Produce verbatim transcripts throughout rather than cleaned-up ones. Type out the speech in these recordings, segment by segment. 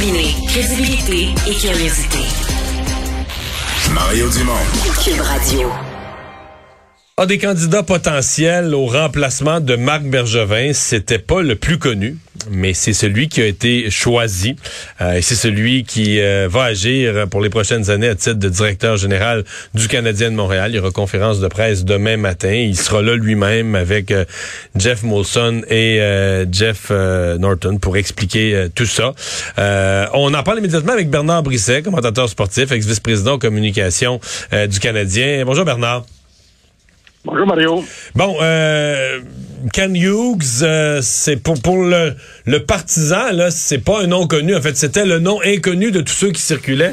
Combiner crédibilité et curiosité. Mario Dumont. Cube Radio. Un des candidats potentiels au remplacement de Marc Bergevin, c'était pas le plus connu, mais c'est celui qui a été choisi. Euh, et c'est celui qui euh, va agir pour les prochaines années à titre de directeur général du Canadien de Montréal. Il y aura conférence de presse demain matin. Il sera là lui-même avec euh, Jeff Molson et euh, Jeff euh, Norton pour expliquer euh, tout ça. Euh, on en parle immédiatement avec Bernard Brisset, commentateur sportif, ex-vice-président en communication euh, du Canadien. Bonjour Bernard. Bonjour Mario. Bon, euh, Ken Hughes, euh, c'est pour pour le le partisan là, c'est pas un nom connu. En fait, c'était le nom inconnu de tous ceux qui circulaient.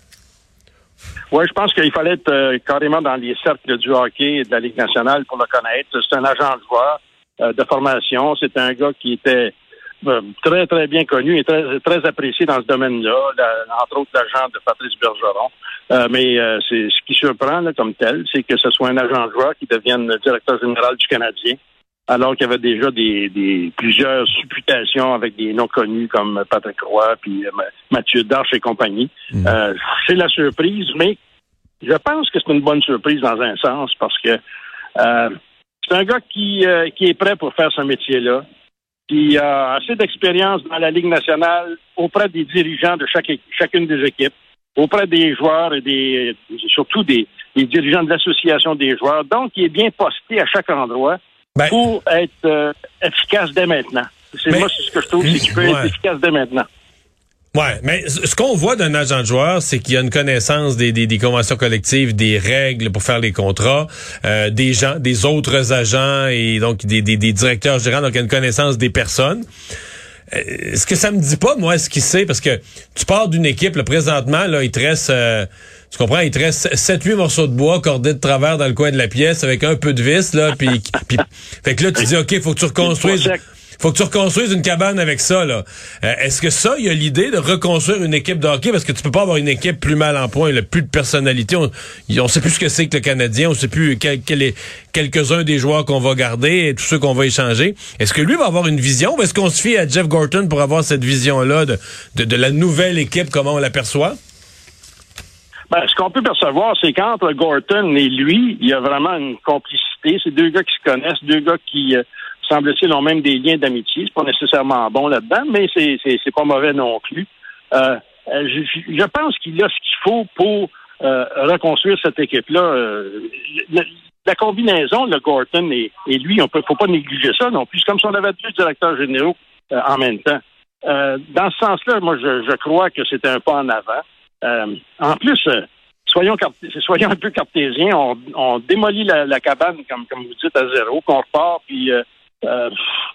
Oui, je pense qu'il fallait être euh, carrément dans les cercles du hockey et de la Ligue nationale pour le connaître. C'est un agent de joueur euh, de formation. C'est un gars qui était euh, très très bien connu et très très apprécié dans ce domaine-là. La, entre autres, l'agent de Patrice Bergeron. Euh, mais euh, c'est ce qui surprend là, comme tel, c'est que ce soit un agent de joueur qui devienne le directeur général du Canadien, alors qu'il y avait déjà des, des plusieurs supputations avec des noms connus comme Patrick Roy puis euh, Mathieu Darche et compagnie. Mmh. Euh, c'est la surprise, mais je pense que c'est une bonne surprise dans un sens parce que euh, c'est un gars qui, euh, qui est prêt pour faire ce métier-là, qui a assez d'expérience dans la Ligue nationale auprès des dirigeants de chaque, chacune des équipes, auprès des joueurs et des surtout des, des dirigeants de l'association des joueurs. Donc, il est bien posté à chaque endroit ben, pour être euh, efficace dès maintenant. C'est mais, moi, c'est ce que je trouve, c'est qu'il peut ouais. être efficace dès maintenant. Ouais, mais ce qu'on voit d'un agent de joueur, c'est qu'il y a une connaissance des, des, des conventions collectives, des règles pour faire les contrats, euh, des gens, des autres agents et donc des, des, des directeurs gérants, donc il y a une connaissance des personnes. Euh, ce que ça me dit pas, moi, ce qu'il sait, parce que tu pars d'une équipe, là, présentement, là, il te reste, euh, tu comprends, il te reste sept huit morceaux de bois cordés de travers dans le coin de la pièce avec un peu de vis, là, puis, puis fait que là, tu dis, OK, faut que tu reconstruises... Faut que tu reconstruises une cabane avec ça, là. Euh, est-ce que ça, il y a l'idée de reconstruire une équipe de hockey? Parce que tu peux pas avoir une équipe plus mal en point, là, plus de personnalité. On, on sait plus ce que c'est que le Canadien, on sait plus quel, quel est quelques-uns des joueurs qu'on va garder et tous ceux qu'on va échanger. Est-ce que lui va avoir une vision ou est-ce qu'on se fie à Jeff Gorton pour avoir cette vision-là de, de, de la nouvelle équipe, comment on l'aperçoit? Ben, ce qu'on peut percevoir, c'est qu'entre Gorton et lui, il y a vraiment une complicité. C'est deux gars qui se connaissent, deux gars qui... Euh, semble-t-il, ont même des liens d'amitié. C'est pas nécessairement bon là-dedans, mais c'est, c'est, c'est pas mauvais non plus. Euh, je, je pense qu'il a ce qu'il faut pour euh, reconstruire cette équipe-là. Euh, la, la combinaison, le Gorton et, et lui, on peut, faut pas négliger ça non plus. C'est comme si on avait deux directeurs généraux euh, en même temps. Euh, dans ce sens-là, moi, je, je crois que c'était un pas en avant. Euh, en plus, euh, soyons, soyons un peu cartésiens. On, on démolit la, la cabane, comme, comme vous dites, à zéro, qu'on repart, puis... Euh, Euh,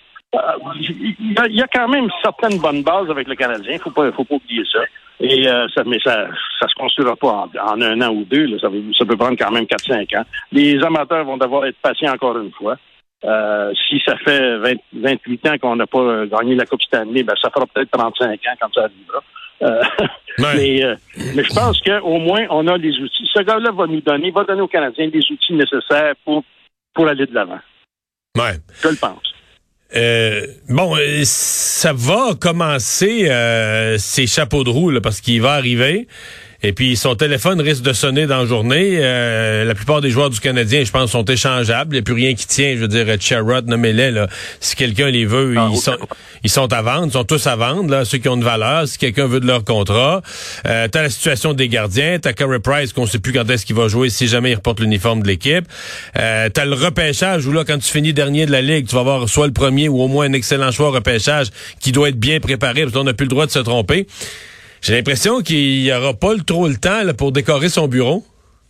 il y, y a quand même certaines bonnes bases avec le Canadien, faut pas, faut pas oublier ça. Et euh, ça, mais ça, ça se construira pas en, en un an ou deux. Là, ça, ça peut prendre quand même quatre cinq ans. Les amateurs vont devoir être patients encore une fois. Euh, si ça fait vingt, vingt-huit ans qu'on n'a pas gagné la Coupe Stanley, ben ça fera peut-être trente-cinq ans quand ça arrivera. Euh, ouais. mais, euh, mais je pense qu'au moins on a les outils. Ce gars-là va nous donner, va donner aux Canadiens les outils nécessaires pour pour aller de l'avant. Ouais. Je le pense. Euh, bon, ça va commencer euh, ces chapeaux de roue là, parce qu'il va arriver. Et puis, son téléphone risque de sonner dans la journée. Euh, la plupart des joueurs du Canadien, je pense, sont échangeables. Il n'y a plus rien qui tient. Je veux dire, Sherrod, nommez-les, là. Si quelqu'un les veut, ah, ils, okay. sont, ils sont à vendre. Ils sont tous à vendre, là, ceux qui ont une valeur. Si quelqu'un veut de leur contrat. Euh, t'as la situation des gardiens. T'as Carey Price, qu'on sait plus quand est-ce qu'il va jouer si jamais il reporte l'uniforme de l'équipe. Euh, t'as le repêchage où, là, quand tu finis dernier de la Ligue, tu vas avoir soit le premier ou au moins un excellent choix au repêchage qui doit être bien préparé parce qu'on n'a plus le droit de se tromper. J'ai l'impression qu'il n'y aura pas le, trop le temps là, pour décorer son bureau.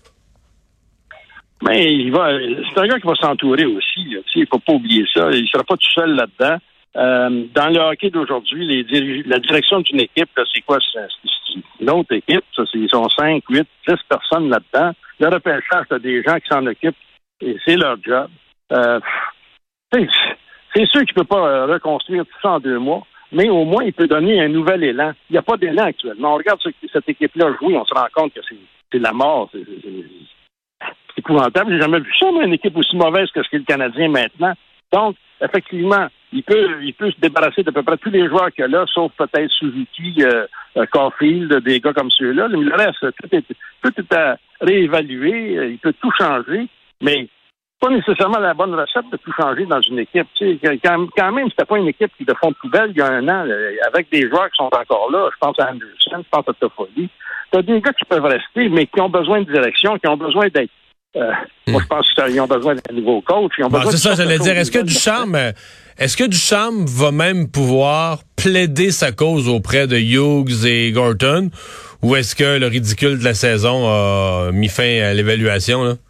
Mais il va. C'est un gars qui va s'entourer aussi. Là. Il ne faut pas oublier ça. Il ne sera pas tout seul là-dedans. Euh, dans le hockey d'aujourd'hui, les dirige... la direction d'une équipe, là, c'est quoi? C'est, c'est une autre équipe. Ça, c'est, ils sont cinq, huit, dix personnes là-dedans. Le repêchage, c'est des gens qui s'en occupent et c'est leur job. Euh, c'est, c'est sûr qu'il ne peut pas reconstruire tout ça en deux mois. Mais au moins, il peut donner un nouvel élan. Il n'y a pas d'élan actuellement. On regarde cette équipe-là jouer, on se rend compte que c'est, c'est la mort. C'est, c'est, c'est épouvantable. J'ai jamais vu ça, moi, une équipe aussi mauvaise que ce qu'est le Canadien maintenant. Donc, effectivement, il peut il peut se débarrasser d'à peu près tous les joueurs qu'il y a là, sauf peut-être Suzuki, euh, Caulfield, des gars comme ceux-là. Mais le reste, tout est, tout est à réévaluer. Il peut tout changer, mais pas nécessairement la bonne recette de tout changer dans une équipe. Tu sais, quand, quand même, c'était pas une équipe qui de fond de poubelle il y a un an, là, avec des joueurs qui sont encore là. Je pense à Anderson, je pense à Toffoli. T'as des gars qui peuvent rester, mais qui ont besoin de direction, qui ont besoin d'être. Euh, hmm. Moi, je pense qu'ils ont besoin d'un nouveau coach. Ils ont bon, besoin c'est de ça, j'allais dire. Est-ce que Ducharme, est-ce que Ducharme va même pouvoir plaider sa cause auprès de Hughes et Gorton, ou est-ce que le ridicule de la saison a mis fin à l'évaluation, là?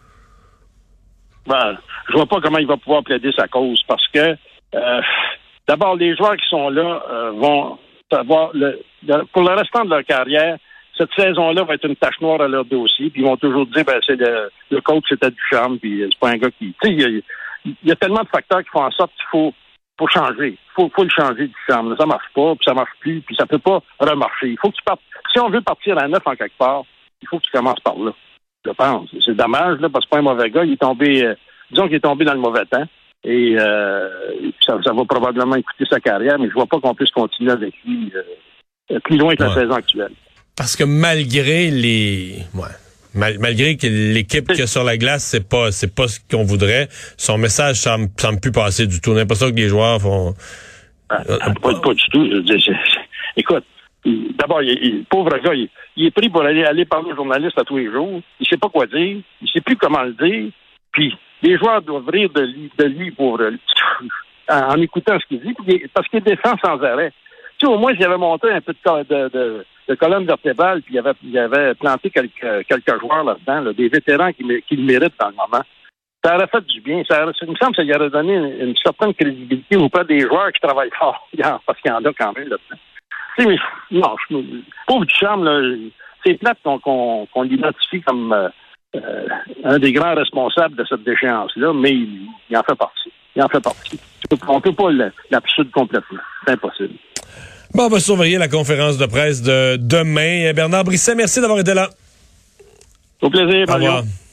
Ben, je vois pas comment il va pouvoir plaider sa cause parce que euh, d'abord, les joueurs qui sont là euh, vont savoir le, le, pour le restant de leur carrière, cette saison-là va être une tache noire à leur dossier, puis ils vont toujours dire ben c'est le, le coach c'était Ducharme, puis c'est pas un gars qui. Tu sais, il y, a, il y a tellement de facteurs qui font en sorte qu'il faut faut changer. Il faut, faut le changer Ducharme. Ça marche pas, puis ça marche plus, puis ça peut pas remarcher. Il faut que tu partes. Si on veut partir à neuf en quelque part, il faut que tu commences par là. Je pense. C'est dommage, là, parce que c'est pas un mauvais gars. Il est tombé, euh, disons qu'il est tombé dans le mauvais temps. Et euh, ça, ça va probablement écouter sa carrière, mais je vois pas qu'on puisse continuer avec lui euh, plus loin que ouais. la saison actuelle. Parce que malgré les... Ouais. Mal, malgré que l'équipe qu'il y a sur la glace, c'est pas c'est pas ce qu'on voudrait, son message semble, semble plus passer du tout. J'ai l'impression que les joueurs font... Ah, pas, pas du tout. Je, je, je, écoute, d'abord, il, il, pauvre gars, il, il est pris pour aller, aller parler aux journalistes à tous les jours. Il sait pas quoi dire. Il sait plus comment le dire. Puis, les joueurs doivent rire de lui, de lui pour, en, en écoutant ce qu'il dit, parce qu'il défend sans arrêt. Tu sais, au moins, s'il avait monté un peu de, de, de, de colonne vertébrale, puis il avait, il avait planté quelques, quelques joueurs là-dedans, là, des vétérans qui, qui le méritent dans le moment. Ça aurait fait du bien. Ça, aurait, ça il me semble que ça lui aurait donné une, une certaine crédibilité auprès des joueurs qui travaillent fort, parce qu'il y en a quand même là-dedans. Tu sais, mais non, je, pauvre Ducharme, là, c'est plate qu'on, qu'on, qu'on l'identifie comme euh, euh, un des grands responsables de cette déchéance-là, mais il, il en fait partie. Il en fait partie. On ne peut pas l'absoudre complètement. C'est impossible. Bon, on va surveiller la conférence de presse de demain. Bernard Brisset, merci d'avoir été là. Au plaisir, Mario. Au revoir.